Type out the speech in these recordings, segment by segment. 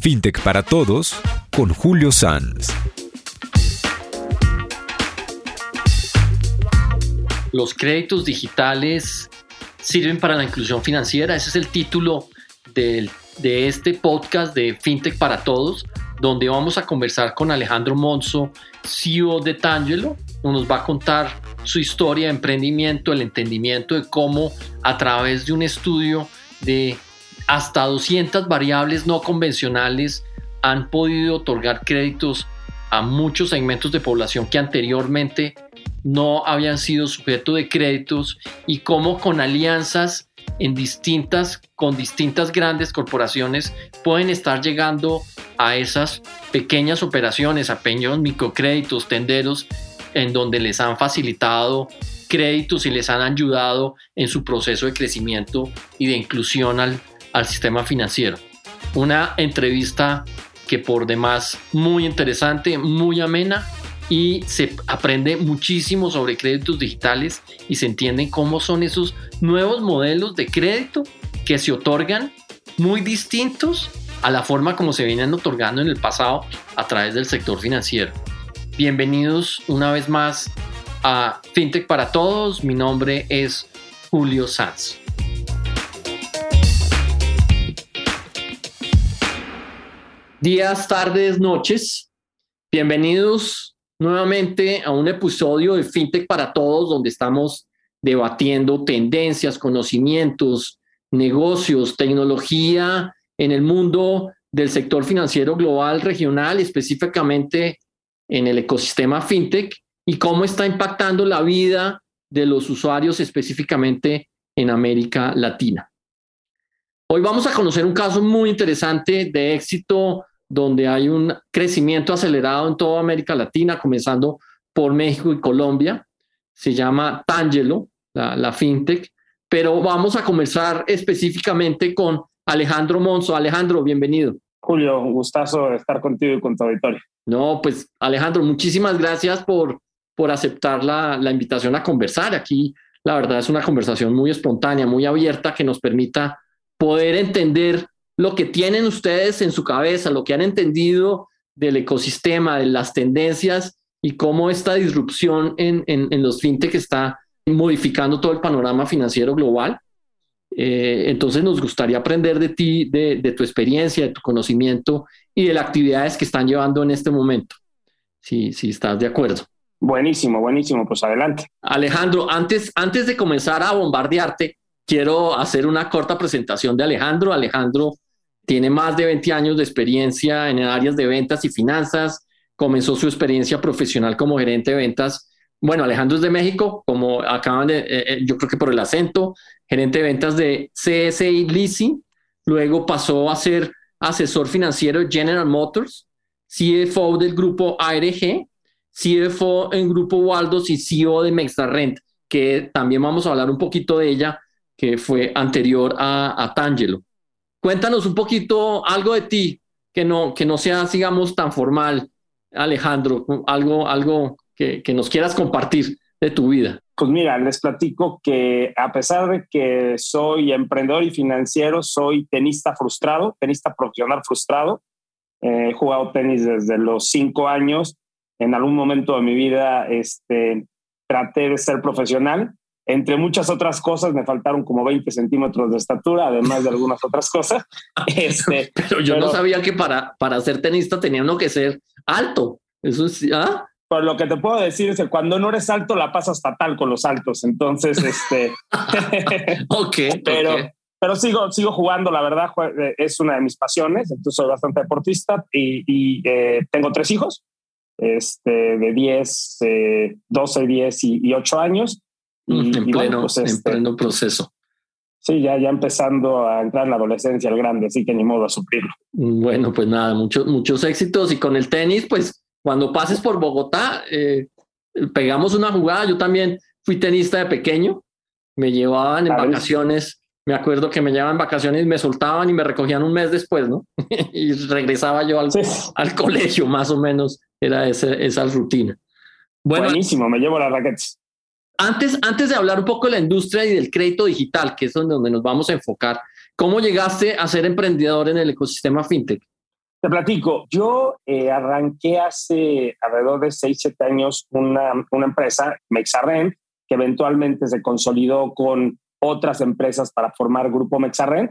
FinTech para Todos con Julio Sanz. Los créditos digitales sirven para la inclusión financiera. Ese es el título de este podcast de FinTech para Todos, donde vamos a conversar con Alejandro Monzo, CEO de Tangelo. Nos va a contar su historia de emprendimiento, el entendimiento de cómo a través de un estudio de hasta 200 variables no convencionales han podido otorgar créditos a muchos segmentos de población que anteriormente no habían sido sujeto de créditos, y cómo con alianzas con distintas grandes corporaciones pueden estar llegando a esas pequeñas operaciones, a pequeños microcréditos, tenderos, en donde les han facilitado créditos y les han ayudado en su proceso de crecimiento y de inclusión al sistema financiero. Una entrevista que por demás muy interesante, muy amena, y se aprende muchísimo sobre créditos digitales y se entiende cómo son esos nuevos modelos de crédito que se otorgan muy distintos a la forma como se vienen otorgando en el pasado a través del sector financiero. Bienvenidos una vez más a FinTech para Todos. Mi nombre es Julio Sanz. Días, tardes, noches. Bienvenidos nuevamente a un episodio de FinTech para Todos, donde estamos debatiendo tendencias, conocimientos, negocios, tecnología en el mundo del sector financiero global, regional, específicamente en el ecosistema FinTech, y cómo está impactando la vida de los usuarios específicamente en América Latina. Hoy vamos a conocer un caso muy interesante de éxito donde hay un crecimiento acelerado en toda América Latina, comenzando por México y Colombia. Se llama Tangelo, la FinTech, pero vamos a conversar específicamente con Alejandro Monzo. Alejandro, bienvenido. Julio, un gustazo estar contigo y con tu auditorio. No, pues Alejandro, muchísimas gracias por aceptar la invitación a conversar. Aquí la verdad es una conversación muy espontánea, muy abierta, que nos permita poder entender lo que tienen ustedes en su cabeza, lo que han entendido del ecosistema, de las tendencias, y cómo esta disrupción en los fintech está modificando todo el panorama financiero global. Entonces nos gustaría aprender de ti, de tu experiencia, de tu conocimiento y de las actividades que están llevando en este momento, si estás de acuerdo. Buenísimo, pues adelante. Alejandro, antes de comenzar a bombardearte, quiero hacer una corta presentación de Alejandro. Alejandro tiene más de 20 años de experiencia en áreas de ventas y finanzas. Comenzó su experiencia profesional como gerente de ventas. Bueno, Alejandro es de México, como acaban de, yo creo que por el acento, gerente de ventas de CSI Leasing. Luego pasó a ser asesor financiero de General Motors, CFO del grupo ARG, CFO en Grupo Waldos y CEO de Mexarrent, que también vamos a hablar un poquito de ella, que fue anterior a Tangelo. Cuéntanos un poquito algo de ti, que no sea, digamos, tan formal, Alejandro, algo que nos quieras compartir de tu vida. Pues mira, les platico que a pesar de que soy emprendedor y financiero, soy tenista profesional frustrado. He jugado tenis desde los 5 años. En algún momento de mi vida traté de ser profesional. Entre muchas otras cosas, me faltaron como 20 centímetros de estatura, además de algunas otras cosas. Pero yo no sabía que para ser tenista tenía uno que ser alto. Eso es, ¿ah? Pues lo que te puedo decir es que cuando no eres alto, la pasas fatal con los altos. Entonces, Okay. Pero sigo jugando, la verdad, es una de mis pasiones. Entonces soy bastante deportista y tengo 3 hijos, de 10, 12, 10 y 8 años. En pleno proceso. Sí, ya empezando a entrar en la adolescencia el grande, así que ni modo a suplirlo. Bueno, pues nada, muchos éxitos. Y con el tenis, pues cuando pases por Bogotá, pegamos una jugada. Yo también fui tenista de pequeño. Me llevaban en vacaciones. Me acuerdo que me llevaban en vacaciones, me soltaban y me recogían un mes después, ¿no? Y regresaba yo al colegio, más o menos. Era esa rutina. Bueno, buenísimo, me llevo las raquetas. Antes de hablar un poco de la industria y del crédito digital, que es donde nos vamos a enfocar, ¿cómo llegaste a ser emprendedor en el ecosistema FinTech? Te platico, yo arranqué hace alrededor de 6-7 años una empresa, Mexarrend, que eventualmente se consolidó con otras empresas para formar Grupo Mexarrend.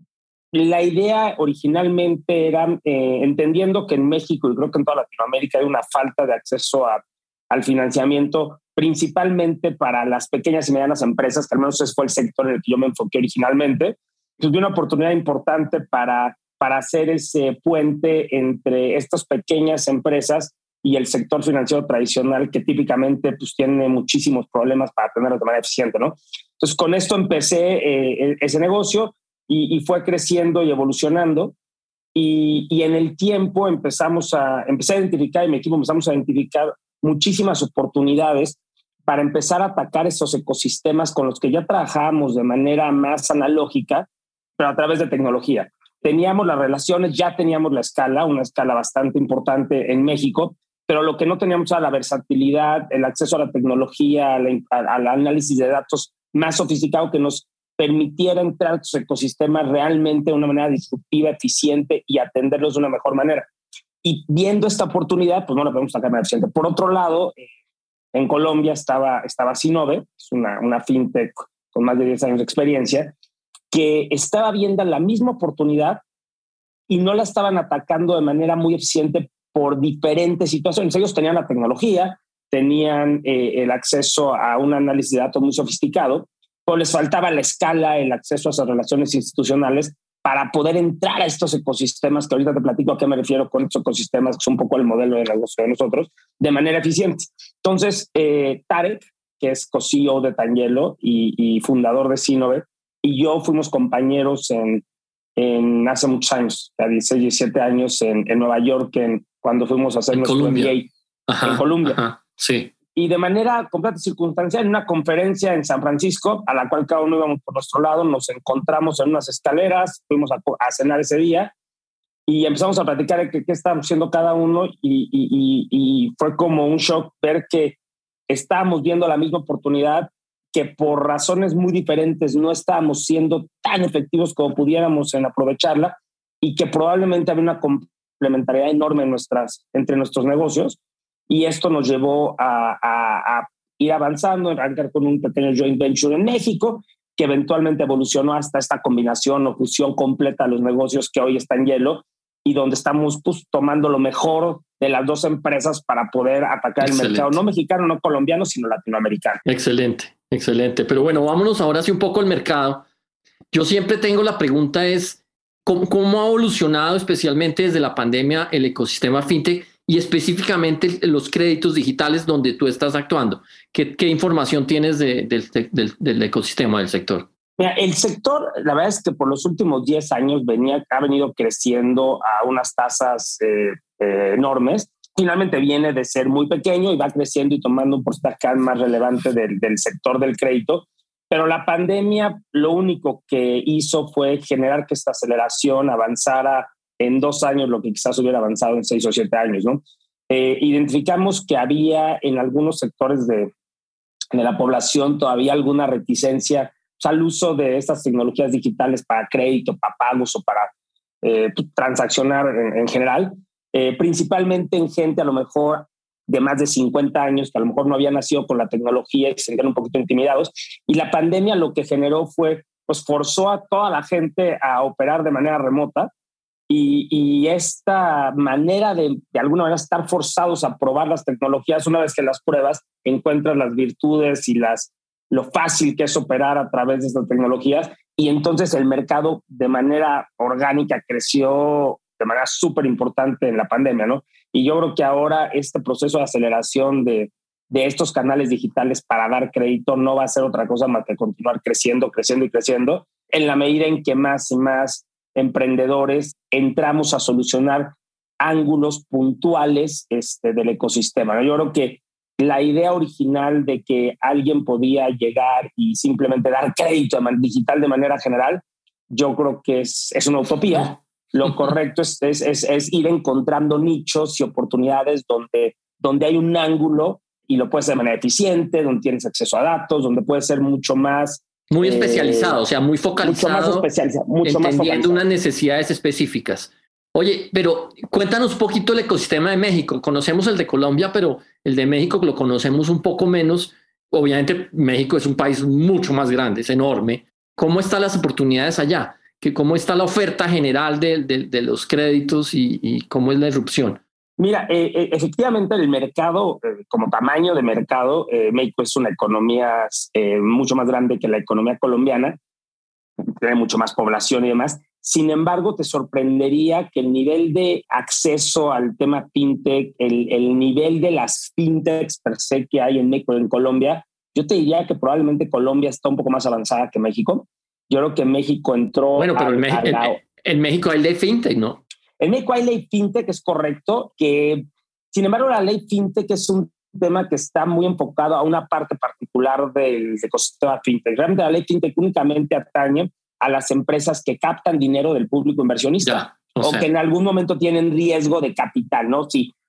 La idea originalmente era, entendiendo que en México y creo que en toda Latinoamérica hay una falta de acceso al financiamiento, principalmente para las pequeñas y medianas empresas, que al menos ese fue el sector en el que yo me enfoqué originalmente, pues vi una oportunidad importante para hacer ese puente entre estas pequeñas empresas y el sector financiero tradicional, que típicamente pues, tiene muchísimos problemas para atenderlo de manera eficiente, ¿no? Entonces, con esto empecé ese negocio y fue creciendo y evolucionando. Y en el tiempo empecé a identificar, y mi equipo empezamos a identificar muchísimas oportunidades para empezar a atacar esos ecosistemas con los que ya trabajábamos de manera más analógica, pero a través de tecnología. Teníamos las relaciones, ya teníamos la escala, una escala bastante importante en México, pero lo que no teníamos era la versatilidad, el acceso a la tecnología, al análisis de datos más sofisticado que nos permitiera entrar a estos ecosistemas realmente de una manera disruptiva, eficiente y atenderlos de una mejor manera. Y viendo esta oportunidad, pues no la podemos sacar más eficiente. Por otro lado, en Colombia estaba Sinove, es una fintech con más de 10 años de experiencia, que estaba viendo la misma oportunidad y no la estaban atacando de manera muy eficiente por diferentes situaciones. Ellos tenían la tecnología, tenían el acceso a un análisis de datos muy sofisticado, pero les faltaba la escala, el acceso a esas relaciones institucionales para poder entrar a estos ecosistemas, que ahorita te platico a qué me refiero con estos ecosistemas, que es un poco el modelo de negocio de nosotros, de manera eficiente. Entonces, Tarek, que es co-CEO de Tangelo y fundador de Sinove, y yo fuimos compañeros en hace muchos años, 16, 17 años en Nueva York, cuando fuimos a hacer nuestro Colombia. MBA en Colombia. Ajá, sí. Y de manera completa circunstancial, en una conferencia en San Francisco, a la cual cada uno íbamos por nuestro lado, nos encontramos en unas escaleras, fuimos a cenar ese día y empezamos a platicar de qué estábamos haciendo cada uno y fue como un shock ver que estábamos viendo la misma oportunidad, que por razones muy diferentes no estábamos siendo tan efectivos como pudiéramos en aprovecharla y que probablemente había una complementariedad enorme entre nuestros negocios. Y esto nos llevó a ir avanzando, arrancar con un pequeño joint venture en México, que eventualmente evolucionó hasta esta combinación o fusión completa de los negocios que hoy está en Yellow y donde estamos pues, tomando lo mejor de las dos empresas para poder atacar el mercado, no mexicano, no colombiano, sino latinoamericano. Excelente, excelente. Pero bueno, vámonos ahora hacia un poco el mercado. Yo siempre tengo la pregunta es, ¿cómo ha evolucionado especialmente desde la pandemia el ecosistema fintech y específicamente los créditos digitales donde tú estás actuando? ¿Qué información tienes del ecosistema del sector? Mira, el sector, la verdad es que por los últimos 10 años ha venido creciendo a unas tasas enormes. Finalmente viene de ser muy pequeño y va creciendo y tomando un porcentaje más relevante del sector del crédito. Pero la pandemia lo único que hizo fue generar que esta aceleración avanzara en 2 años lo que quizás hubiera avanzado en 6 o 7 años, ¿no? Identificamos que había en algunos sectores de la población todavía alguna reticencia al uso de estas tecnologías digitales para crédito, para pagos o para transaccionar en general, principalmente en gente a lo mejor de más de 50 años que a lo mejor no había nacido con la tecnología y se sentían un poquito intimidados. Y la pandemia lo que generó fue, pues forzó a toda la gente a operar de manera remota y esta manera de alguna manera estar forzados a probar las tecnologías, una vez que las pruebas, encuentras las virtudes y lo fácil que es operar a través de estas tecnologías. Y entonces el mercado de manera orgánica creció de manera súper importante en la pandemia, ¿no? Y yo creo que ahora este proceso de aceleración de estos canales digitales para dar crédito no va a ser otra cosa más que continuar creciendo en la medida en que más y más emprendedores entramos a solucionar ángulos puntuales del ecosistema, ¿no? Yo creo que la idea original de que alguien podía llegar y simplemente dar crédito digital de manera general, yo creo que es una utopía. Lo correcto es ir encontrando nichos y oportunidades donde hay un ángulo y lo puedes hacer de manera eficiente, donde tienes acceso a datos, donde puede ser mucho más... Muy especializado, o sea, muy focalizado. Mucho más especializado. Mucho entendiendo más focalizado. unas necesidades específicas. Oye, pero cuéntanos un poquito el ecosistema de México. Conocemos el de Colombia, pero el de México lo conocemos un poco menos. Obviamente México es un país mucho más grande, es enorme. ¿Cómo están las oportunidades allá? ¿Cómo está la oferta general de los créditos y cómo es la irrupción? Mira, efectivamente el mercado, como tamaño de mercado, México es una economía mucho más grande que la economía colombiana, tiene mucho más población y demás. Sin embargo, te sorprendería que el nivel de acceso al tema fintech, el nivel de las fintechs per se que hay en México, en Colombia, yo te diría que probablemente Colombia está un poco más avanzada que México. Yo creo que México entró Bueno, pero en México hay ley fintech, ¿no? En México hay ley fintech, es correcto, que sin embargo la ley fintech es un tema que está muy enfocado a una parte particular del ecosistema fintech. Realmente la ley fintech únicamente atañe a las empresas que captan dinero del público inversionista Ya, o que en algún momento tienen riesgo de capital, ¿no?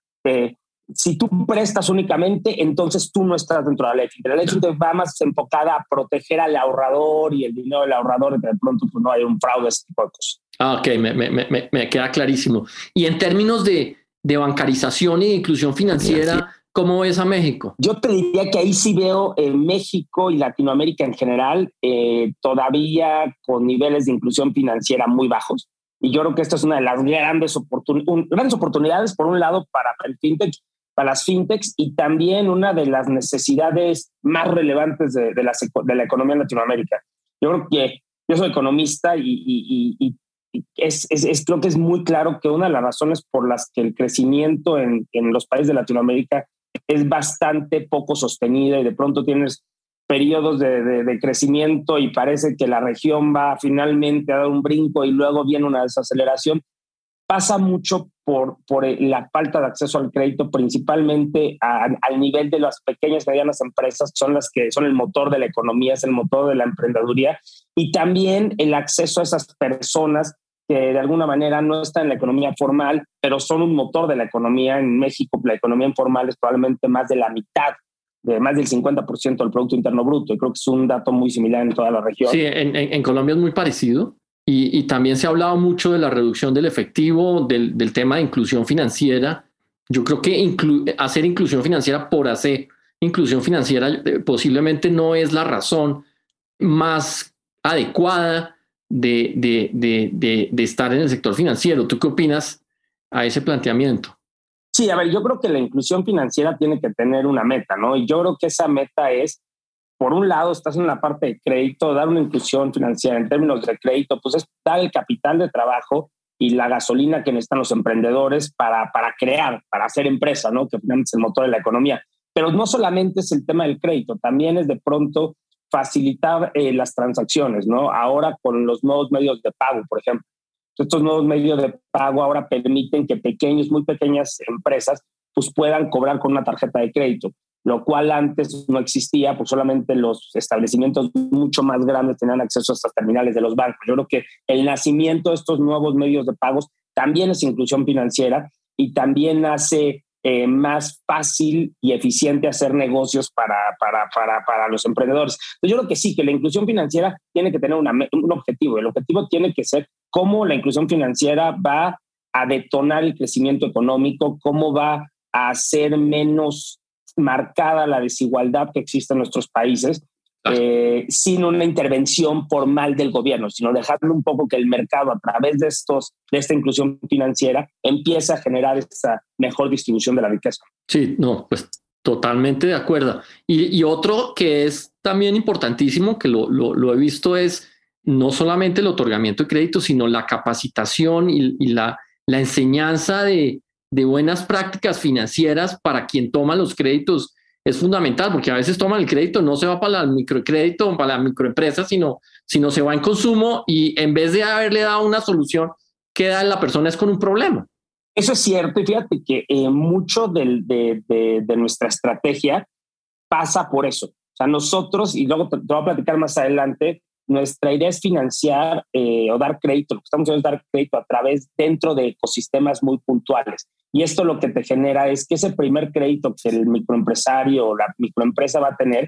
Si tú prestas únicamente, entonces tú no estás dentro de la ley fintech. La ley fintech va más enfocada a proteger al ahorrador y el dinero del ahorrador, que de pronto pues, no hay un fraude, ese tipo de cosas. Ah, ok, me queda clarísimo. Y en términos de bancarización y de inclusión financiera, ¿cómo ves a México? Yo te diría que ahí sí veo México y Latinoamérica en general todavía con niveles de inclusión financiera muy bajos. Y yo creo que esta es una de las grandes oportunidades, por un lado, para el fintech, para las fintechs, y también una de las necesidades más relevantes de la economía en Latinoamérica. Yo creo que yo soy economista y creo que es muy claro que una de las razones por las que el crecimiento en los países de Latinoamérica es bastante poco sostenida y de pronto tienes periodos de crecimiento y parece que la región va finalmente a dar un brinco y luego viene una desaceleración, pasa mucho por la falta de acceso al crédito, principalmente al nivel de las pequeñas y medianas empresas, son las que son el motor de la economía, es el motor de la emprendeduría, y también el acceso a esas personas que de alguna manera no están en la economía formal, pero son un motor de la economía. En México la economía informal es probablemente más de la mitad, de más del 50% del Producto Interno Bruto. Y creo que es un dato muy similar en toda la región. Sí, en Colombia es muy parecido y también se ha hablado mucho de la reducción del efectivo, del tema de inclusión financiera. Yo creo que hacer inclusión financiera por hacer inclusión financiera posiblemente no es la razón más adecuada de estar en el sector financiero. ¿Tú qué opinas a ese planteamiento? Sí, a ver, yo creo que la inclusión financiera tiene que tener una meta, ¿no? Y yo creo que esa meta es, por un lado, estás en la parte de crédito, dar una inclusión financiera en términos de crédito, pues es dar el capital de trabajo y la gasolina que necesitan los emprendedores para crear, para hacer empresa, ¿no? Que finalmente es el motor de la economía. Pero no solamente es el tema del crédito, también es de pronto facilitar las transacciones, ¿no? Ahora con los nuevos medios de pago, por ejemplo. Estos nuevos medios de pago ahora permiten que muy pequeñas empresas pues puedan cobrar con una tarjeta de crédito, lo cual antes no existía, pues solamente los establecimientos mucho más grandes tenían acceso a estas terminales de los bancos. Yo creo que el nacimiento de estos nuevos medios de pagos también es inclusión financiera y también hace más fácil y eficiente hacer negocios para los emprendedores. Entonces yo creo que sí, que la inclusión financiera tiene que tener un objetivo. El objetivo tiene que ser cómo la inclusión financiera va a detonar el crecimiento económico, cómo va a hacer menos marcada la desigualdad que existe en nuestros países, sin una intervención formal del gobierno, sino dejando un poco que el mercado, a través de esta inclusión financiera, empiece a generar esa mejor distribución de la riqueza. Sí, no, pues totalmente de acuerdo. Y otro que es también importantísimo, que lo he visto, es no solamente el otorgamiento de crédito, sino la capacitación y la enseñanza de buenas prácticas financieras para quien toma los créditos. Es fundamental porque a veces toman el crédito, no se va para el microcrédito o para la microempresa, sino se va en consumo y en vez de haberle dado una solución, queda la persona es con un problema. Eso es cierto, y fíjate que mucho de nuestra estrategia pasa por eso. O sea, nosotros, y luego te voy a platicar más adelante, nuestra idea es financiar o dar crédito. Lo que estamos haciendo es dar crédito a través dentro de ecosistemas muy puntuales. Y esto lo que te genera es que ese primer crédito que el microempresario o la microempresa va a tener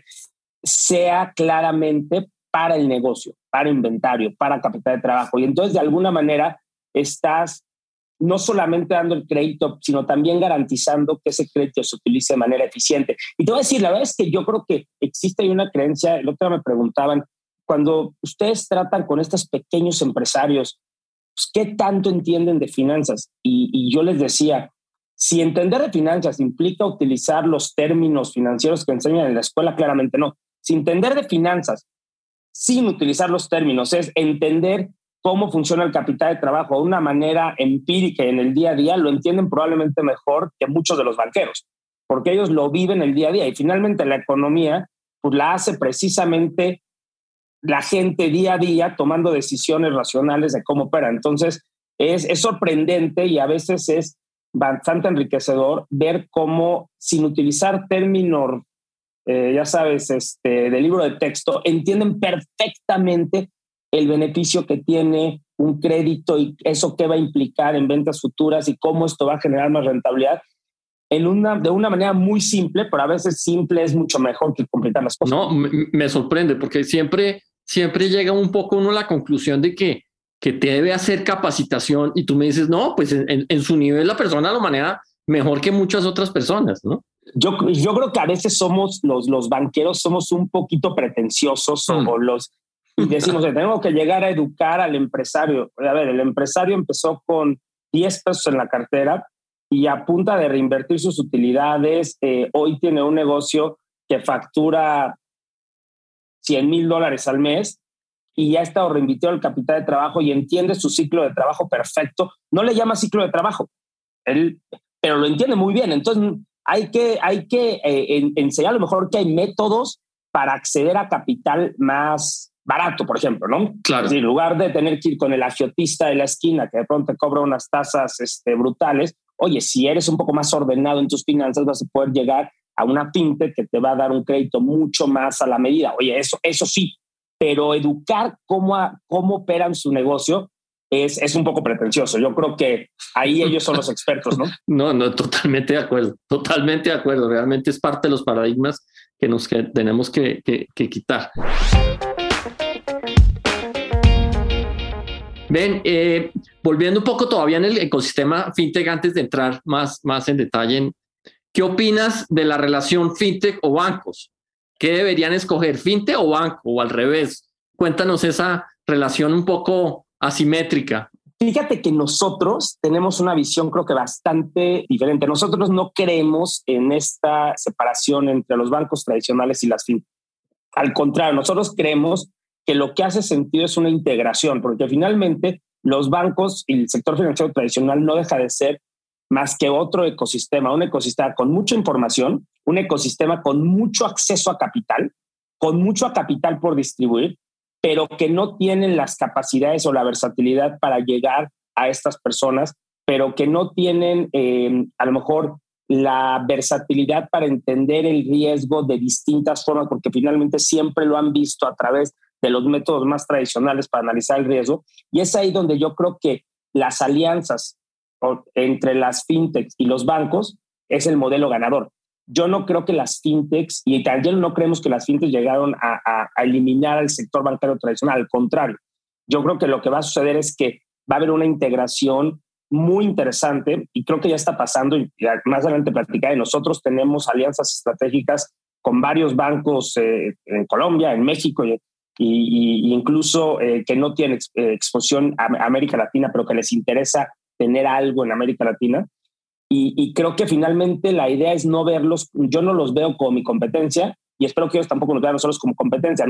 sea claramente para el negocio, para inventario, para capital de trabajo. Y entonces, de alguna manera, estás no solamente dando el crédito, sino también garantizando que ese crédito se utilice de manera eficiente. Y te voy a decir, la verdad es que yo creo que existe una creencia, el otro día me preguntaban, cuando ustedes tratan con estos pequeños empresarios, pues, ¿qué tanto entienden de finanzas? Y yo les decía, si entender de finanzas implica utilizar los términos financieros que enseñan en la escuela, claramente no. Si entender de finanzas sin utilizar los términos es entender cómo funciona el capital de trabajo de una manera empírica y en el día a día, lo entienden probablemente mejor que muchos de los banqueros, porque ellos lo viven el día a día y finalmente la economía pues la hace precisamente la gente día a día tomando decisiones racionales de cómo opera. Entonces es sorprendente y a veces es bastante enriquecedor ver cómo sin utilizar términos, ya sabes, de libro de texto, entienden perfectamente el beneficio que tiene un crédito y eso qué va a implicar en ventas futuras y cómo esto va a generar más rentabilidad de una manera muy simple, pero a veces simple es mucho mejor que complicar las cosas. No, me sorprende porque siempre llega un poco uno a la conclusión de que te debe hacer capacitación y tú me dices, no, pues en su nivel la persona lo maneja mejor que muchas otras personas, ¿no? Yo creo que a veces somos los banqueros, somos un poquito pretenciosos y decimos, tengo que llegar a educar al empresario. A ver, el empresario empezó con 10 pesos en la cartera y a punta de reinvertir sus utilidades, hoy tiene un negocio que factura $100,000 al mes y ya ha estado reinvirtiendo el capital de trabajo y entiende su ciclo de trabajo perfecto. No le llama ciclo de trabajo, pero lo entiende muy bien. Entonces hay que enseñar a lo mejor que hay métodos para acceder a capital más barato, por ejemplo, ¿no? Claro. Es decir, en lugar de tener que ir con el agiotista de la esquina que de pronto te cobra unas tasas brutales, oye, si eres un poco más ordenado en tus finanzas, vas a poder llegar a una fintech que te va a dar un crédito mucho más a la medida. Oye, eso sí, pero educar cómo operan su negocio es un poco pretencioso. Yo creo que ahí ellos son los expertos, ¿no? No, totalmente de acuerdo. Realmente es parte de los paradigmas que tenemos que quitar. Ven, volviendo un poco todavía en el ecosistema fintech, antes de entrar más en detalle, ¿qué opinas de la relación fintech o bancos? ¿Qué deberían escoger, fintech o banco o al revés? Cuéntanos esa relación un poco asimétrica. Fíjate que nosotros tenemos una visión creo que bastante diferente. Nosotros no creemos en esta separación entre los bancos tradicionales y las fintech. Al contrario, nosotros creemos que lo que hace sentido es una integración, porque finalmente los bancos y el sector financiero tradicional no deja de ser más que otro ecosistema, un ecosistema con mucha información, un ecosistema con mucho acceso a capital, con mucho capital por distribuir, pero que no tienen las capacidades o la versatilidad para llegar a estas personas, pero que no tienen a lo mejor la versatilidad para entender el riesgo de distintas formas, porque finalmente siempre lo han visto a través de los métodos más tradicionales para analizar el riesgo. Y es ahí donde yo creo que las alianzas entre las fintechs y los bancos es el modelo ganador. Yo no creo que las fintechs, y también no creemos que las fintechs llegaron a eliminar al sector bancario tradicional. Al contrario, yo creo que lo que va a suceder es que va a haber una integración muy interesante y creo que ya está pasando y más adelante platicaré. Nosotros tenemos alianzas estratégicas con varios bancos en Colombia, en México y incluso que no tienen exposición a América Latina, pero que les interesa tener algo en América Latina. Y creo que finalmente la idea es no verlos, yo no los veo como mi competencia y espero que ellos tampoco nos vean nosotros como competencia,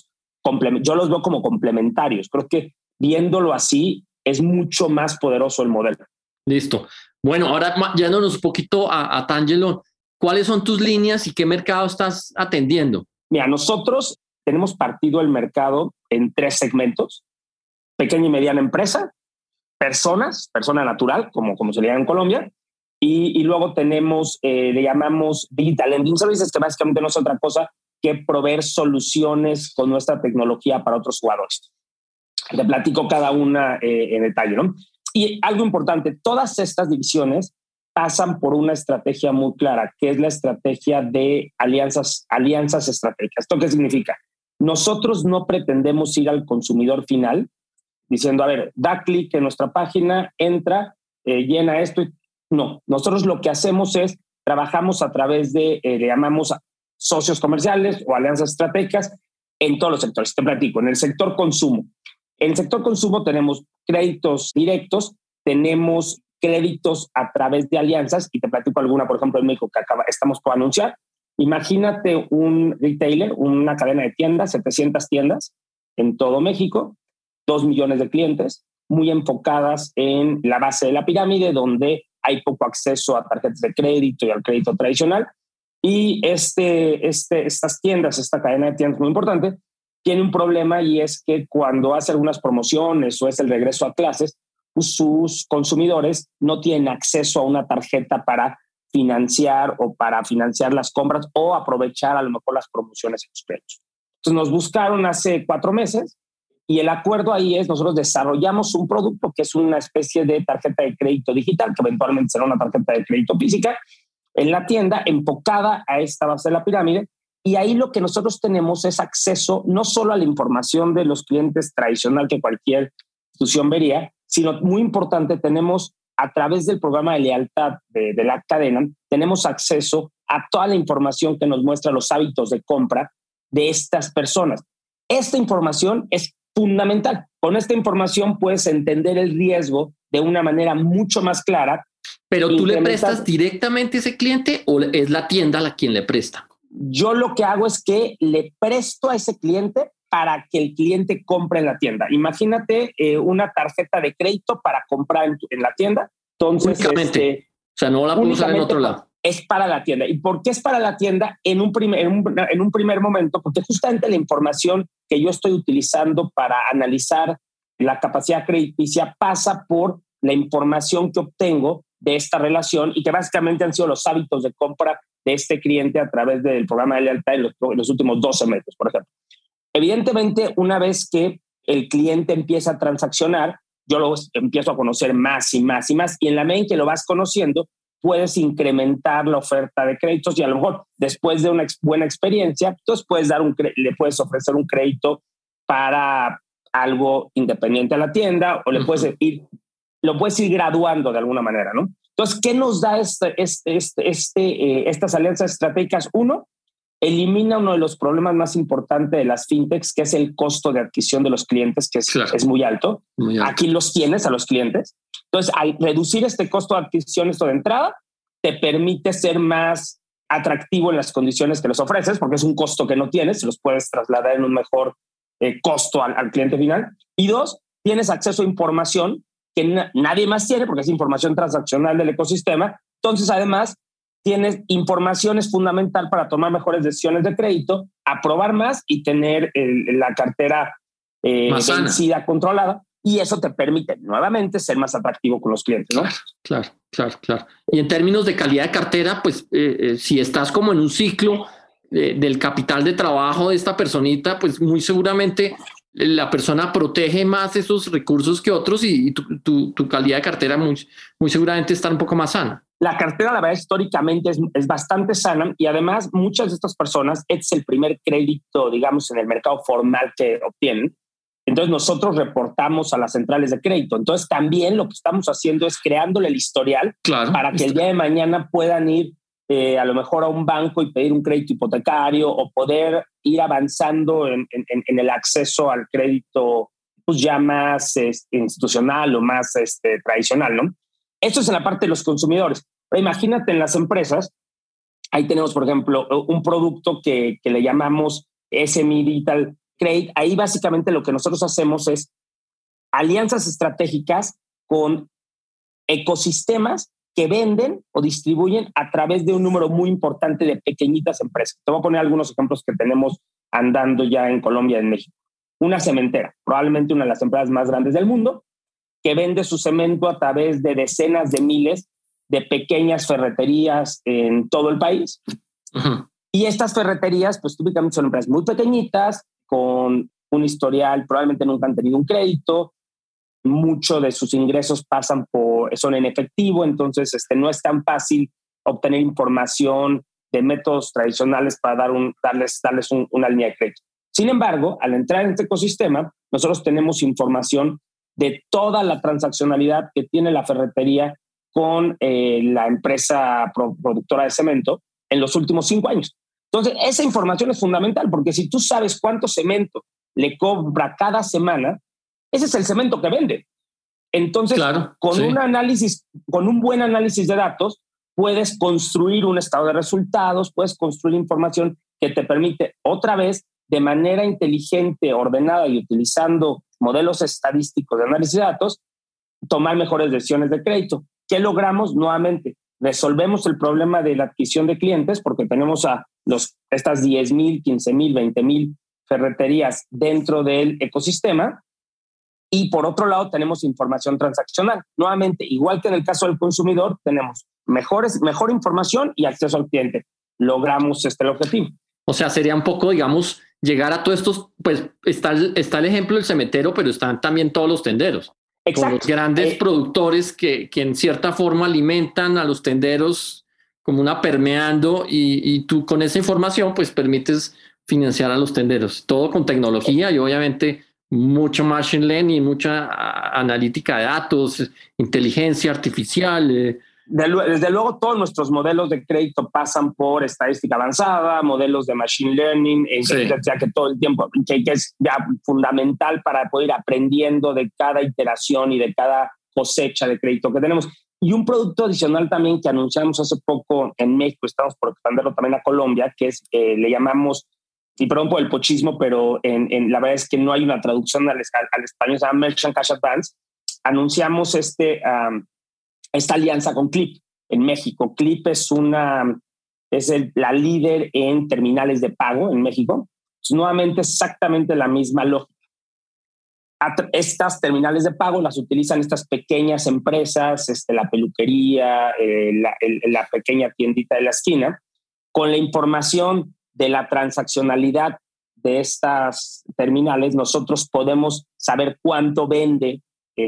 yo los veo como complementarios. Creo que viéndolo así es mucho más poderoso el modelo. Listo. Bueno, ahora yéndonos un poquito a Tangelo, ¿cuáles son tus líneas y qué mercado estás atendiendo? Mira, nosotros tenemos partido el mercado en 3 segmentos: pequeña y mediana empresa, persona natural, como se le llama en Colombia, y luego tenemos, le llamamos Digital Lending Services, que básicamente no es otra cosa que proveer soluciones con nuestra tecnología para otros jugadores. Te platico cada una en detalle, ¿no? Y algo importante, todas estas divisiones pasan por una estrategia muy clara, que es la estrategia de alianzas estratégicas. ¿Esto qué significa? Nosotros no pretendemos ir al consumidor final diciendo, a ver, da clic en nuestra página, entra, llena esto. No, nosotros lo que hacemos es trabajamos a través de, le llamamos socios comerciales o alianzas estratégicas en todos los sectores. Te platico, en el sector consumo. En el sector consumo tenemos créditos directos, tenemos créditos a través de alianzas, y te platico alguna, por ejemplo, en México que estamos por anunciar. Imagínate un retailer, una cadena de tiendas, 700 tiendas en todo México, 2 millones de clientes, muy enfocadas en la base de la pirámide, donde hay poco acceso a tarjetas de crédito y al crédito tradicional. Y estas tiendas, esta cadena de tiendas muy importante, tiene un problema, y es que cuando hace algunas promociones o es el regreso a clases, pues sus consumidores no tienen acceso a una tarjeta para financiar las compras o aprovechar a lo mejor las promociones en los precios. Entonces nos buscaron hace 4 meses, y el acuerdo ahí es, nosotros desarrollamos un producto que es una especie de tarjeta de crédito digital, que eventualmente será una tarjeta de crédito física, en la tienda, enfocada a esta base de la pirámide. Y ahí lo que nosotros tenemos es acceso no solo a la información de los clientes tradicional que cualquier institución vería, sino, muy importante, tenemos a través del programa de lealtad de la cadena, tenemos acceso a toda la información que nos muestra los hábitos de compra de estas personas. Esta información es fundamental. Con esta información puedes entender el riesgo de una manera mucho más clara. ¿Pero tú le prestas directamente a ese cliente o es la tienda a quien le presta? Yo lo que hago es que le presto a ese cliente para que el cliente compre en la tienda. Imagínate una tarjeta de crédito para comprar en la tienda. Entonces, únicamente. O sea, no la puedo usar en otro lado. Es para la tienda. ¿Y por qué es para la tienda? En un primer momento, porque justamente la información que yo estoy utilizando para analizar la capacidad crediticia pasa por la información que obtengo de esta relación, y que básicamente han sido los hábitos de compra de este cliente a través del programa de lealtad en los últimos 12 meses, por ejemplo. Evidentemente, una vez que el cliente empieza a transaccionar, yo lo empiezo a conocer más y más y más, y en la medida en que lo vas conociendo, puedes incrementar la oferta de créditos, y a lo mejor después de una buena experiencia, entonces le puedes ofrecer un crédito para algo independiente a la tienda, o lo puedes ir graduando de alguna manera, ¿no? Entonces, ¿qué nos da estas alianzas estratégicas? Uno, elimina uno de los problemas más importantes de las fintechs, que es el costo de adquisición de los clientes, que es muy alto. Muy alto. Aquí los tienes a los clientes. Entonces, al reducir este costo de adquisición, esto de entrada, te permite ser más atractivo en las condiciones que les ofreces, porque es un costo que no tienes, los puedes trasladar en un mejor costo al cliente final. Y 2, tienes acceso a información que nadie más tiene, porque es información transaccional del ecosistema. Entonces, además, tienes información, es fundamental para tomar mejores decisiones de crédito, aprobar más y tener la cartera vencida, controlada. Y eso te permite nuevamente ser más atractivo con los clientes, ¿no? Claro. Y en términos de calidad de cartera, pues si estás como en un ciclo del capital de trabajo de esta personita, pues muy seguramente la persona protege más esos recursos que otros, y tu calidad de cartera muy seguramente está un poco más sana. La cartera, la verdad, históricamente es bastante sana, y además muchas de estas personas, es el primer crédito, digamos, en el mercado formal que obtienen. Entonces nosotros reportamos a las centrales de crédito. Entonces también lo que estamos haciendo es creándole el historial, para que el día de mañana puedan ir a lo mejor a un banco y pedir un crédito hipotecario, o poder ir avanzando en el acceso al crédito, pues ya más institucional o más tradicional, ¿no? Esto es en la parte de los consumidores. Pero imagínate en las empresas. Ahí tenemos, por ejemplo, un producto que le llamamos SME Digital Credit. Ahí básicamente lo que nosotros hacemos es alianzas estratégicas con ecosistemas que venden o distribuyen a través de un número muy importante de pequeñitas empresas. Te voy a poner algunos ejemplos que tenemos andando ya en Colombia y en México. Una cementera, probablemente una de las empresas más grandes del mundo, que vende su cemento a través de decenas de miles de pequeñas ferreterías en todo el país. Uh-huh. Y estas ferreterías, pues típicamente son empresas muy pequeñitas, con un historial, probablemente nunca han tenido un crédito, mucho de sus ingresos son en efectivo, entonces no es tan fácil obtener información de métodos tradicionales para darles una línea de crédito. Sin embargo, al entrar en este ecosistema, nosotros tenemos información de toda la transaccionalidad que tiene la ferretería con la empresa productora de cemento en los últimos 5 años. Entonces, esa información es fundamental, porque si tú sabes cuánto cemento le cobra cada semana, ese es el cemento que vende. Entonces, claro, con sí. con un buen análisis de datos, puedes construir un estado de resultados, puedes construir información que te permite otra vez, de manera inteligente, ordenada y utilizando modelos estadísticos de análisis de datos, tomar mejores decisiones de crédito. ¿Qué logramos? Nuevamente, resolvemos el problema de la adquisición de clientes, porque tenemos estas 10,000, 15,000, 20,000 ferreterías dentro del ecosistema. Y por otro lado, tenemos información transaccional. Nuevamente, igual que en el caso del consumidor, tenemos mejor información y acceso al cliente. Logramos el objetivo. O sea, sería un poco, digamos, llegar a todos estos, pues está el ejemplo del cementero, pero están también todos los tenderos. Exacto. Con los grandes productores que en cierta forma alimentan a los tenderos como una permeando y tú con esa información pues permites financiar a los tenderos. Todo con tecnología y obviamente mucho machine learning, mucha analítica de datos, inteligencia artificial. Desde luego, todos nuestros modelos de crédito pasan por estadística avanzada, modelos de machine learning, ya que todo el tiempo, que es ya fundamental para poder ir aprendiendo de cada iteración y de cada cosecha de crédito que tenemos. Y un producto adicional también que anunciamos hace poco en México, estamos por expandirlo también a Colombia, que es, le llamamos, y perdón por el pochismo, pero la verdad es que no hay una traducción al español, se llama Merchant Cash Advance. Anunciamos esta alianza con Clip en México. Clip es la líder en terminales de pago en México. Pues, nuevamente, exactamente la misma lógica. Estas terminales de pago las utilizan estas pequeñas empresas, la peluquería, la pequeña tiendita de la esquina, con la información de la transaccionalidad de estas terminales. Nosotros podemos saber cuánto vende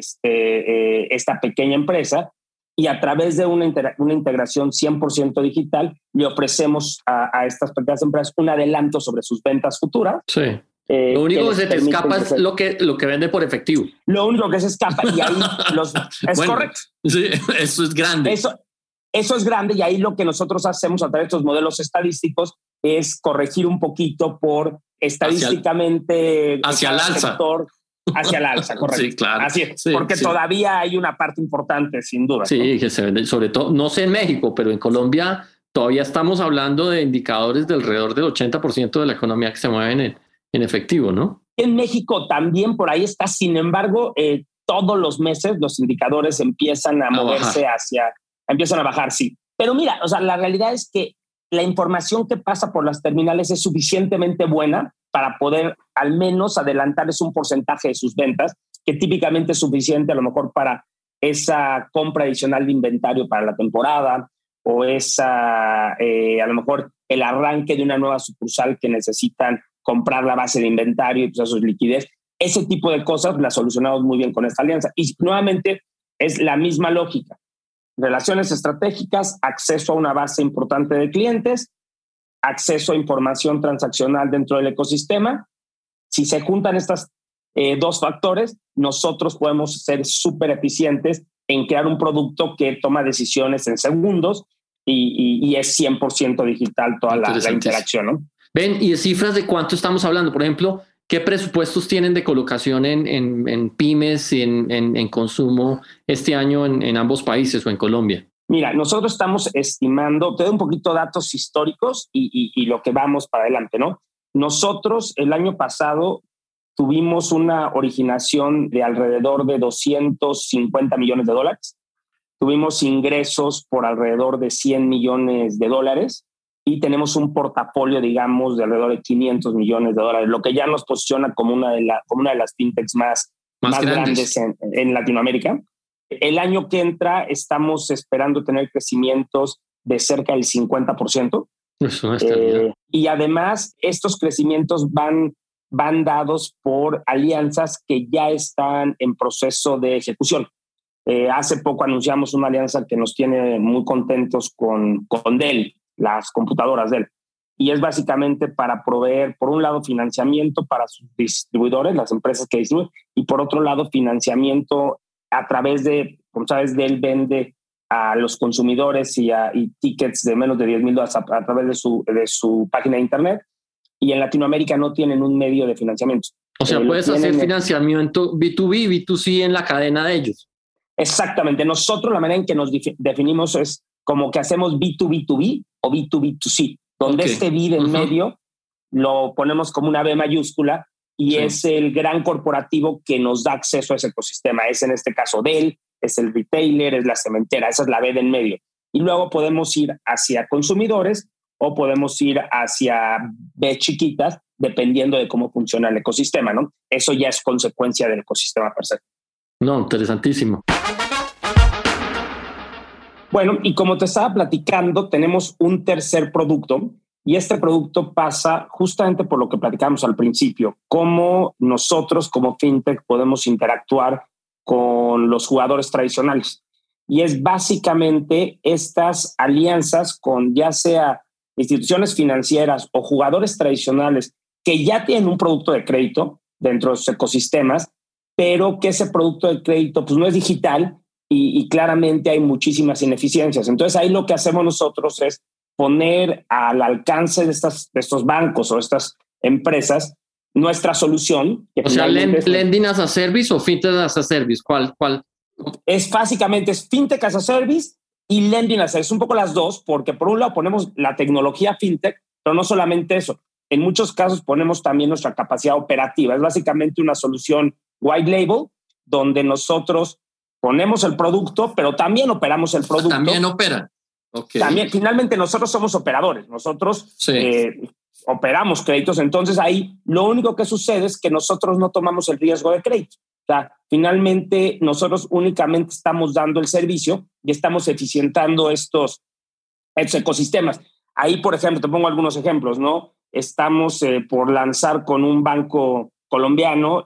esta pequeña empresa, y a través de una integración 100% digital le ofrecemos a estas pequeñas empresas un adelanto sobre sus ventas futuras. Sí. Lo único que se te escapa es lo que vende por efectivo. Lo único que se escapa, y ahí es bueno, correcto. Sí, eso es grande. Eso es grande, y ahí lo que nosotros hacemos a través de estos modelos estadísticos es corregir un poquito por estadísticamente hacia el alza. Hacia el alza, correcto. Sí, claro. Así es, sí, porque sí. Todavía hay una parte importante, sin duda. Sí, ¿no? Que se vende, sobre todo, no sé en México, pero en Colombia todavía estamos hablando de indicadores de alrededor del 80% de la economía que se mueven en efectivo, ¿no? En México también por ahí está, sin embargo, todos los meses los indicadores empiezan a moverse empiezan a bajar, sí. Pero mira, o sea, la realidad es que la información que pasa por las terminales es suficientemente buena para poder al menos adelantarles un porcentaje de sus ventas, que típicamente es suficiente a lo mejor para esa compra adicional de inventario para la temporada, o a lo mejor el arranque de una nueva sucursal que necesitan comprar la base de inventario y pues eso es liquidez. Ese tipo de cosas las solucionamos muy bien con esta alianza. Y nuevamente es la misma lógica. Relaciones estratégicas, acceso a una base importante de clientes, acceso a información transaccional dentro del ecosistema. Si se juntan estas dos factores, nosotros podemos ser súper eficientes en crear un producto que toma decisiones en segundos y es 100% digital toda la interacción, ¿no? Ven, y de cifras, ¿de cuánto estamos hablando? Por ejemplo, ¿qué presupuestos tienen de colocación en pymes y en consumo este año en ambos países o en Colombia? Mira, nosotros estamos estimando, te doy un poquito datos históricos y lo que vamos para adelante, ¿no? Nosotros el año pasado tuvimos una originación de alrededor de $250 millones. Tuvimos ingresos por alrededor de $100 millones y tenemos un portafolio, digamos, de alrededor de $500 millones, lo que ya nos posiciona como una de las fintechs más grandes en Latinoamérica. El año que entra estamos esperando tener crecimientos de cerca del 50%. Eso no está bien. Y además estos crecimientos van dados por alianzas que ya están en proceso de ejecución. Hace poco anunciamos una alianza que nos tiene muy contentos con Dell, las computadoras Dell. y es básicamente para proveer, por un lado, financiamiento para sus distribuidores, las empresas que distribuyen, y por otro lado, financiamiento a través de, como sabes, de él vende a los consumidores y tickets de menos de $10,000 a través de su página de internet, y en Latinoamérica no tienen un medio de financiamiento. O sea, puedes hacer financiamiento B2B, B2C en la cadena de ellos. Exactamente. Nosotros la manera en que nos definimos es como que hacemos B2B2B o B2B2C, donde este B en medio lo ponemos como una B mayúscula y es el gran corporativo que nos da acceso a ese ecosistema. Es en este caso Dell, es el retailer, es la cementera, esa es la B de en medio. Y luego podemos ir hacia consumidores o podemos ir hacia B chiquitas, dependiendo de cómo funciona el ecosistema, ¿no? Eso ya es consecuencia del ecosistema per se. No, interesantísimo. Bueno, y como te estaba platicando, tenemos un tercer producto y este producto pasa justamente por lo que platicamos al principio, cómo nosotros como fintech podemos interactuar con los jugadores tradicionales. Y es básicamente estas alianzas con ya sea instituciones financieras o jugadores tradicionales que ya tienen un producto de crédito dentro de sus ecosistemas, pero que ese producto de crédito pues no es digital y claramente hay muchísimas ineficiencias. Entonces ahí lo que hacemos nosotros es poner al alcance de estos bancos o estas empresas nuestra solución. Que o sea, lending as a service o fintech as a service. ¿Cuál? Es básicamente fintech as a service y lending as a service. Un poco las dos, porque por un lado ponemos la tecnología fintech, pero no solamente eso. En muchos casos ponemos también nuestra capacidad operativa. Es básicamente una solución white label, donde nosotros ponemos el producto, pero también operamos el producto. También operan. Okay. También, finalmente, nosotros somos operadores. Nosotros operamos créditos. Entonces, ahí lo único que sucede es que nosotros no tomamos el riesgo de crédito. O sea, finalmente, nosotros únicamente estamos dando el servicio y estamos eficientando estos ecosistemas. Ahí, por ejemplo, te pongo algunos ejemplos, ¿no? Estamos por lanzar con un banco colombiano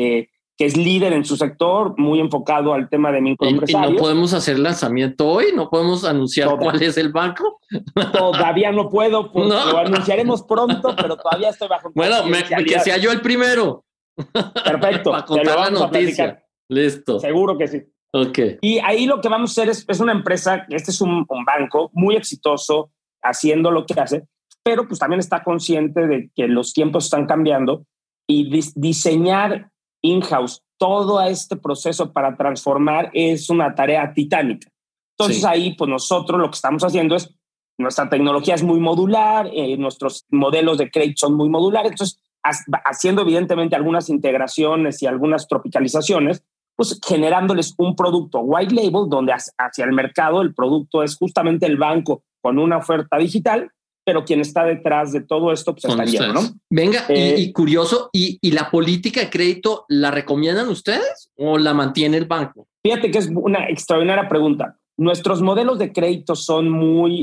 que es líder en su sector, muy enfocado al tema de microempresarios. ¿Y no podemos hacer lanzamiento hoy? ¿No podemos anunciar cuál es el banco? Todavía no puedo, porque lo anunciaremos pronto, pero todavía estoy bajo que sea yo el primero. Perfecto. Para contar la noticia. Listo. Seguro que sí. Okay. Y ahí lo que vamos a hacer es una empresa, este es un banco muy exitoso, haciendo lo que hace, pero pues también está consciente de que los tiempos están cambiando y diseñar in-house todo este proceso para transformar es una tarea titánica. Entonces ahí pues nosotros lo que estamos haciendo es, nuestra tecnología es muy modular, nuestros modelos de crédito son muy modulares, entonces haciendo evidentemente algunas integraciones y algunas tropicalizaciones, pues generándoles un producto white label donde hacia el mercado el producto es justamente el banco con una oferta digital, pero quien está detrás de todo esto pues está lleno, ¿no? Venga, y curioso, ¿y la política de crédito la recomiendan ustedes o la mantiene el banco? Fíjate que es una extraordinaria pregunta. Nuestros modelos de crédito son muy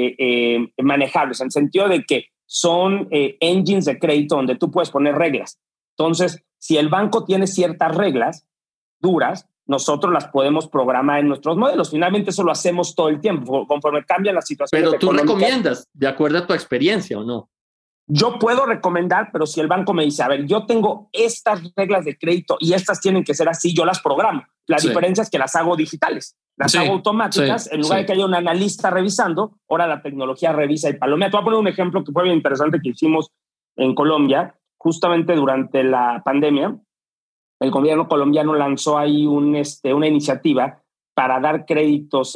manejables, en el sentido de que son engines de crédito donde tú puedes poner reglas. Entonces, si el banco tiene ciertas reglas duras, nosotros las podemos programar en nuestros modelos. Finalmente eso lo hacemos todo el tiempo, conforme cambian las situaciones. Pero tú recomiendas, de acuerdo a tu experiencia, ¿o no? Yo puedo recomendar, pero si el banco me dice, a ver, yo tengo estas reglas de crédito y estas tienen que ser así, yo las programo. La diferencia es que las hago digitales, las hago automáticas. En lugar de que haya un analista revisando, ahora la tecnología revisa y palomea. Te voy a poner un ejemplo que fue bien interesante que hicimos en Colombia, justamente durante la pandemia. El gobierno colombiano lanzó ahí una iniciativa para dar créditos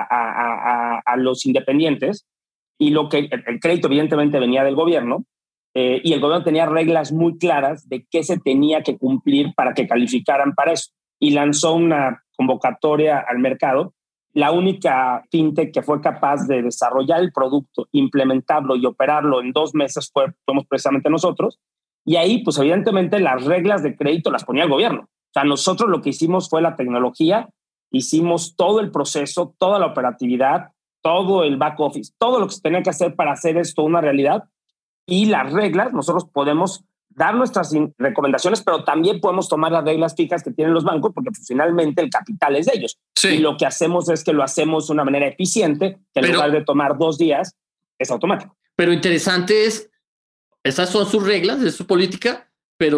a los independientes, y el crédito evidentemente venía del gobierno, y el gobierno tenía reglas muy claras de qué se tenía que cumplir para que calificaran para eso, y lanzó una convocatoria al mercado. La única fintech que fue capaz de desarrollar el producto, implementarlo y operarlo en 2 meses fuimos precisamente nosotros. Y ahí, pues evidentemente las reglas de crédito las ponía el gobierno. O sea, nosotros lo que hicimos fue la tecnología, hicimos todo el proceso, toda la operatividad, todo el back office, todo lo que se tenía que hacer para hacer esto una realidad. Y las reglas, nosotros podemos dar nuestras recomendaciones, pero también podemos tomar las reglas fijas que tienen los bancos, porque pues, finalmente el capital es de ellos. Y lo que hacemos es que lo hacemos de una manera eficiente, que en lugar de tomar 2 días, es automático. Pero interesante es, esas son sus reglas, es su política,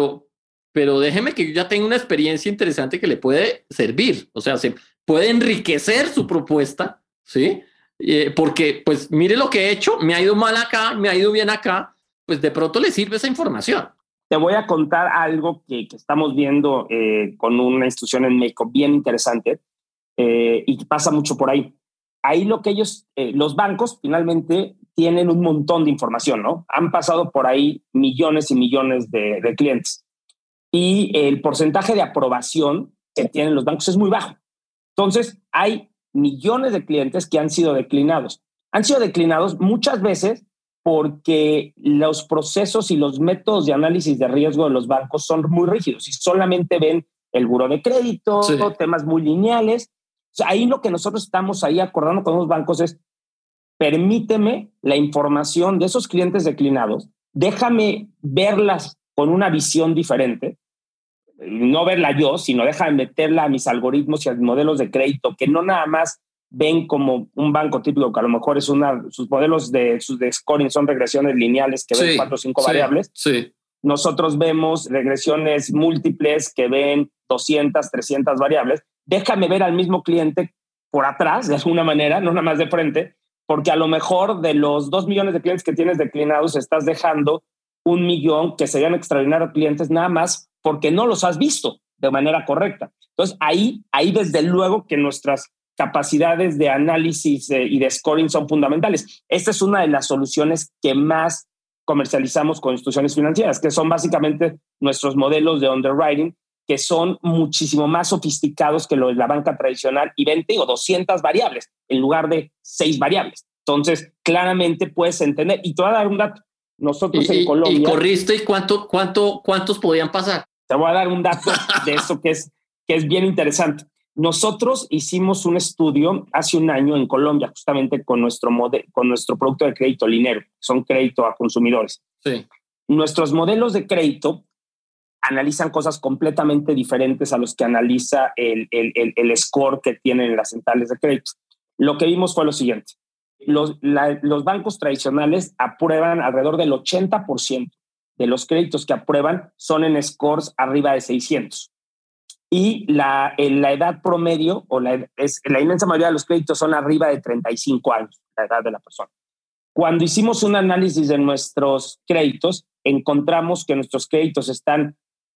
pero déjeme que yo ya tengo una experiencia interesante que le puede servir. O sea, se puede enriquecer su propuesta, ¿sí? Porque, pues, mire lo que he hecho, me ha ido mal acá, me ha ido bien acá, pues de pronto le sirve esa información. Te voy a contar algo que estamos viendo con una institución en México bien interesante y pasa mucho por ahí. Ahí lo que ellos, los bancos finalmente tienen un montón de información, ¿no? Han pasado por ahí millones y millones de clientes y el porcentaje de aprobación que tienen los bancos es muy bajo. Entonces, hay millones de clientes que han sido declinados. Han sido declinados muchas veces porque los procesos y los métodos de análisis de riesgo de los bancos son muy rígidos y solamente ven el buró de crédito, sí, temas muy lineales. O sea, ahí lo que nosotros estamos ahí acordando con los bancos es permíteme la información de esos clientes declinados, déjame verlas con una visión diferente, no verla yo, sino déjame meterla a mis algoritmos y a mis modelos de crédito, que no nada más ven como un banco típico, que a lo mejor es sus modelos de scoring son regresiones lineales que ven 4 o 5 variables. Sí. Nosotros vemos regresiones múltiples que ven 200, 300 variables. Déjame ver al mismo cliente por atrás, de alguna manera, no nada más de frente, porque a lo mejor de los 2 millones de clientes que tienes declinados, estás dejando 1 millón que serían extraordinarios clientes nada más porque no los has visto de manera correcta. Entonces, ahí desde luego que nuestras capacidades de análisis y de scoring son fundamentales. Esta es una de las soluciones que más comercializamos con instituciones financieras, que son básicamente nuestros modelos de underwriting, que son muchísimo más sofisticados que los de la banca tradicional y ven, digo, 200 variables en lugar de 6 variables. Entonces, claramente puedes entender. Y te voy a dar un dato. Nosotros en Colombia... ¿Y corriste? ¿Y cuántos podían pasar? Te voy a dar un dato de eso que es bien interesante. Nosotros hicimos un estudio hace un año en Colombia, justamente con nuestro producto de crédito Linero, son crédito a consumidores. Sí. Nuestros modelos de crédito analizan cosas completamente diferentes a los que analiza el score que tienen las centrales de crédito. Lo que vimos fue lo siguiente. Los bancos tradicionales aprueban alrededor del 80% de los créditos que aprueban son en scores arriba de 600. Y la edad promedio, la inmensa mayoría de los créditos son arriba de 35 años, la edad de la persona. Cuando hicimos un análisis de nuestros créditos, encontramos que nuestros créditos están,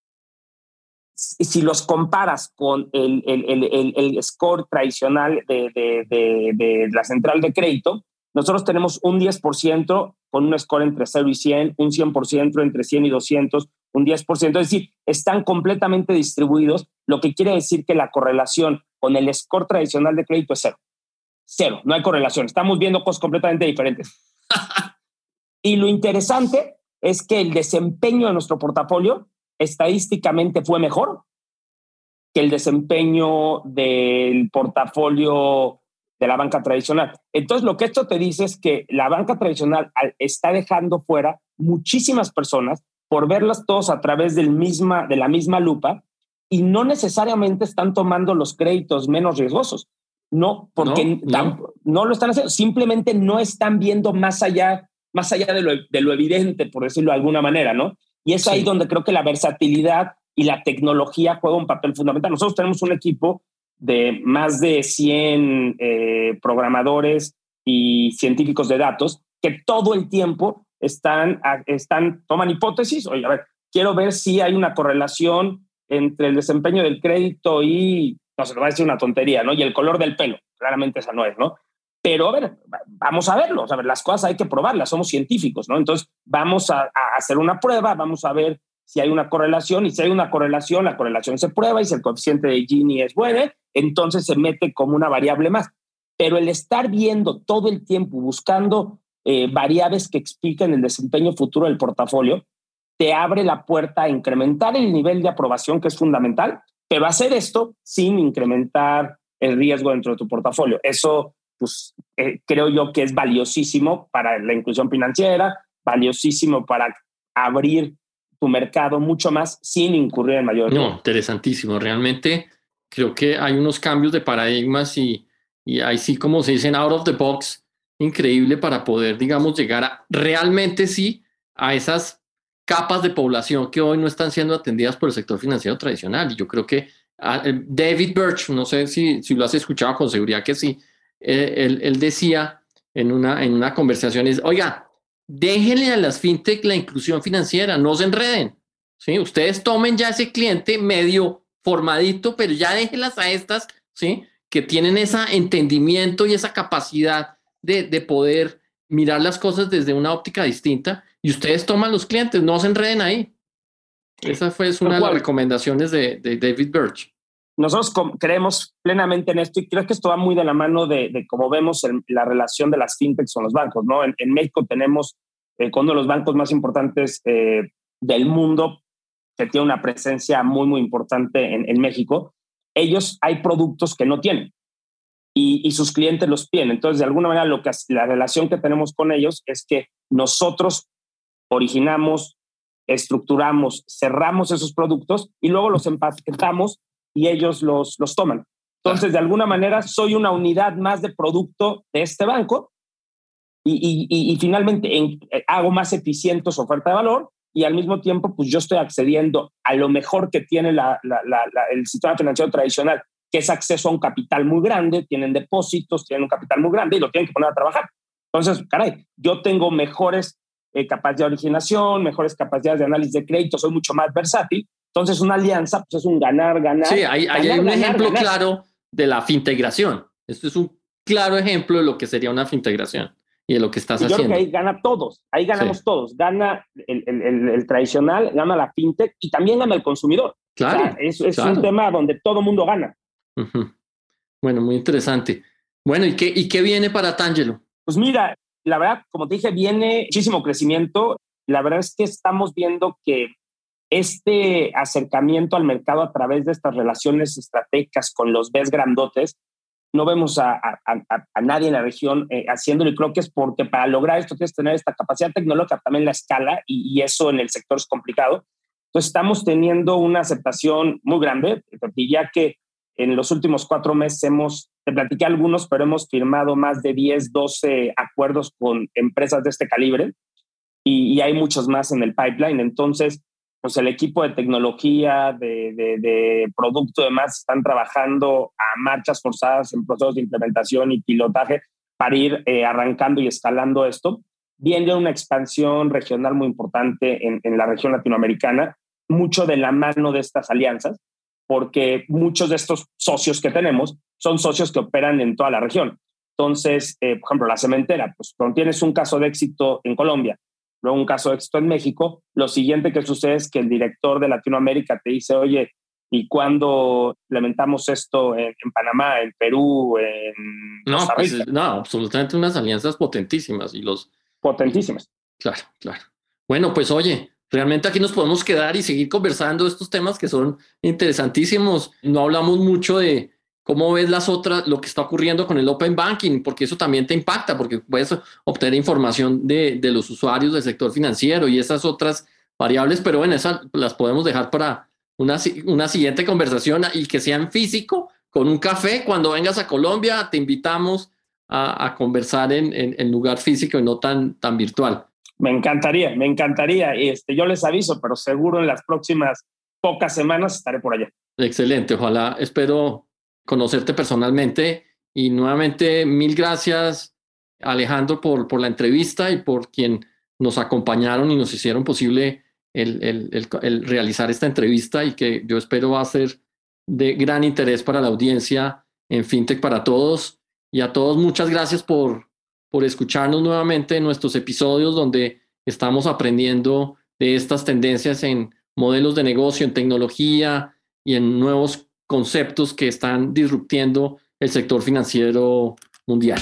si los comparas con el score tradicional de la central de crédito, nosotros tenemos un 10% con un score entre 0 y 100, un 100% entre 100 y 200, un 10%. Es decir, están completamente distribuidos, lo que quiere decir que la correlación con el score tradicional de crédito es cero. Cero, no hay correlación. Estamos viendo cosas completamente diferentes. Y lo interesante es que el desempeño de nuestro portafolio estadísticamente fue mejor que el desempeño del portafolio de la banca tradicional. Entonces, lo que esto te dice es que la banca tradicional está dejando fuera muchísimas personas por verlas todos a través de la misma lupa y no necesariamente están tomando los créditos menos riesgosos. No, porque no lo están haciendo. Simplemente no están viendo más allá de lo evidente, por decirlo de alguna manera, ¿no? Y es ahí donde creo que la versatilidad y la tecnología juega un papel fundamental. Nosotros tenemos un equipo de más de 100 programadores y científicos de datos que todo el tiempo toman hipótesis. Oye, a ver, quiero ver si hay una correlación entre el desempeño del crédito y, no se lo va a decir una tontería, ¿no? Y el color del pelo. Claramente esa no es, ¿no? Pero, a ver, vamos a verlo. A ver, las cosas hay que probarlas. Somos científicos, ¿no? Entonces, vamos a hacer una prueba, vamos a ver si hay una correlación, y si hay una correlación, la correlación se prueba, y si el coeficiente de Gini es bueno, entonces se mete como una variable más. Pero el estar viendo todo el tiempo, buscando variables que expliquen el desempeño futuro del portafolio, te abre la puerta a incrementar el nivel de aprobación, que es fundamental, pero hacer esto sin incrementar el riesgo dentro de tu portafolio. Eso, pues, creo yo que es valiosísimo para la inclusión financiera, valiosísimo para abrir tu mercado mucho más sin incurrir en mayor riesgo. No, interesantísimo. Realmente creo que hay unos cambios de paradigmas y ahí sí, como se dicen, out of the box, increíble para poder, digamos, llegar a realmente sí a esas capas de población que hoy no están siendo atendidas por el sector financiero tradicional. Y yo creo que David Birch, no sé si lo has escuchado, con seguridad que sí, él decía en una conversación, oiga, déjenle a las fintech la inclusión financiera, no se enreden, ¿sí? Ustedes tomen ya ese cliente medio formadito, pero ya déjenlas a estas, ¿sí?, que tienen ese entendimiento y esa capacidad de poder mirar las cosas desde una óptica distinta, y ustedes toman los clientes, no se enreden ahí. Esa fue una de las recomendaciones de David Birch. Nosotros creemos plenamente en esto y creo que esto va muy de la mano de cómo vemos la relación de las fintechs con los bancos, ¿no? En México tenemos uno de los bancos más importantes del mundo, que tiene una presencia muy, muy importante en México. Ellos hay productos que no tienen y sus clientes los piden. Entonces, de alguna manera, la relación que tenemos con ellos es que nosotros originamos, estructuramos, cerramos esos productos y luego los empaquetamos y ellos los toman. Entonces, de alguna manera, soy una unidad más de producto de este banco y finalmente hago más eficiente su oferta de valor y al mismo tiempo, pues yo estoy accediendo a lo mejor que tiene el sistema financiero tradicional, que es acceso a un capital muy grande, tienen depósitos, tienen un capital muy grande y lo tienen que poner a trabajar. Entonces, caray, yo tengo mejores capacidades de originación, mejores capacidades de análisis de crédito, soy mucho más versátil. Entonces, una alianza pues es un ganar-ganar. Sí, hay un ejemplo claro de la fintegración. Esto es un claro ejemplo de lo que sería una fintegración y de lo que estás haciendo. Yo creo que ahí gana todos, ahí ganamos todos. Gana el tradicional, gana la fintech y también gana el consumidor. Claro. O sea, es un tema donde todo el mundo gana. Uh-huh. Bueno, muy interesante. Bueno, ¿y qué viene para Tangelo? Pues mira, la verdad, como te dije, viene muchísimo crecimiento. La verdad es que estamos viendo que este acercamiento al mercado a través de estas relaciones estratégicas con los BES grandotes, no vemos a nadie en la región haciéndolo, y creo que es porque para lograr esto tienes que tener esta capacidad tecnológica, también la escala, y eso en el sector es complicado. Entonces estamos teniendo una aceptación muy grande. Te diría que en los últimos 4 meses te platiqué algunos, pero hemos firmado más de 10, 12 acuerdos con empresas de este calibre y hay muchos más en el pipeline. Entonces, pues el equipo de tecnología, de producto y demás están trabajando a marchas forzadas en procesos de implementación y pilotaje para ir arrancando y escalando esto. Viene una expansión regional muy importante en la región latinoamericana, mucho de la mano de estas alianzas, porque muchos de estos socios que tenemos son socios que operan en toda la región. Entonces, por ejemplo, la cementera, pues cuando tienes un caso de éxito en Colombia, luego un caso de éxito en México, lo siguiente que sucede es que el director de Latinoamérica te dice, oye, ¿y cuándo implementamos esto en Panamá, en Perú, en Costa Rica? Pues, no, absolutamente unas alianzas potentísimas. Potentísimas. Claro. Bueno, pues oye, realmente aquí nos podemos quedar y seguir conversando de estos temas que son interesantísimos. No hablamos mucho de cómo ves lo que está ocurriendo con el Open Banking, porque eso también te impacta, porque puedes obtener información de los usuarios del sector financiero y esas otras variables, pero bueno, esas las podemos dejar para una siguiente conversación y que sea en físico, con un café. Cuando vengas a Colombia, te invitamos a conversar en lugar físico y no tan virtual. Me encantaría. Yo les aviso, pero seguro en las próximas pocas semanas estaré por allá. Excelente, ojalá, espero conocerte personalmente y nuevamente 1000 gracias, Alejandro, por la entrevista y por quien nos acompañaron y nos hicieron posible el realizar esta entrevista, y que yo espero va a ser de gran interés para la audiencia en FinTech para Todos. Y a todos, muchas gracias por escucharnos nuevamente en nuestros episodios donde estamos aprendiendo de estas tendencias en modelos de negocio, en tecnología y en nuevos conceptos que están disruptiendo el sector financiero mundial.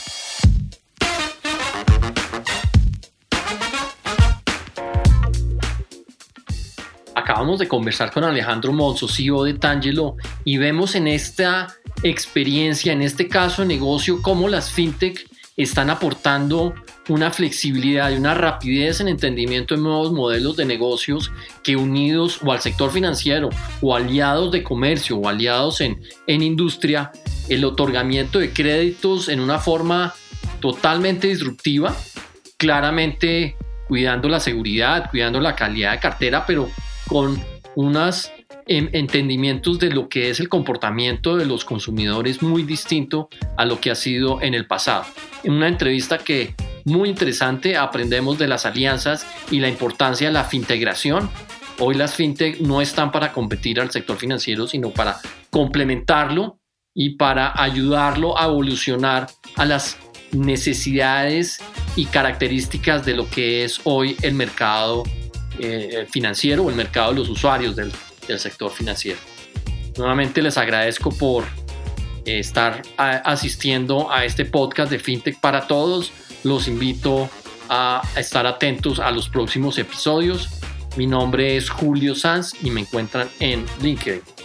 Acabamos de conversar con Alejandro Monzo, CEO de Tangelo, y vemos en esta experiencia, en este caso de negocio, cómo las fintech están aportando una flexibilidad y una rapidez en entendimiento de nuevos modelos de negocios que, unidos o al sector financiero o aliados de comercio o aliados en industria, el otorgamiento de créditos en una forma totalmente disruptiva, claramente cuidando la seguridad, cuidando la calidad de cartera, pero con unos entendimientos de lo que es el comportamiento de los consumidores muy distinto a lo que ha sido en el pasado. En una entrevista que muy interesante, aprendemos de las alianzas y la importancia de la fintegración. Hoy las fintech no están para competir al sector financiero, sino para complementarlo y para ayudarlo a evolucionar a las necesidades y características de lo que es hoy el mercado financiero o el mercado de los usuarios del sector financiero. Nuevamente les agradezco por estar asistiendo a este podcast de FinTech para Todos. Los invito a estar atentos a los próximos episodios. Mi nombre es Julio Sanz y me encuentran en LinkedIn.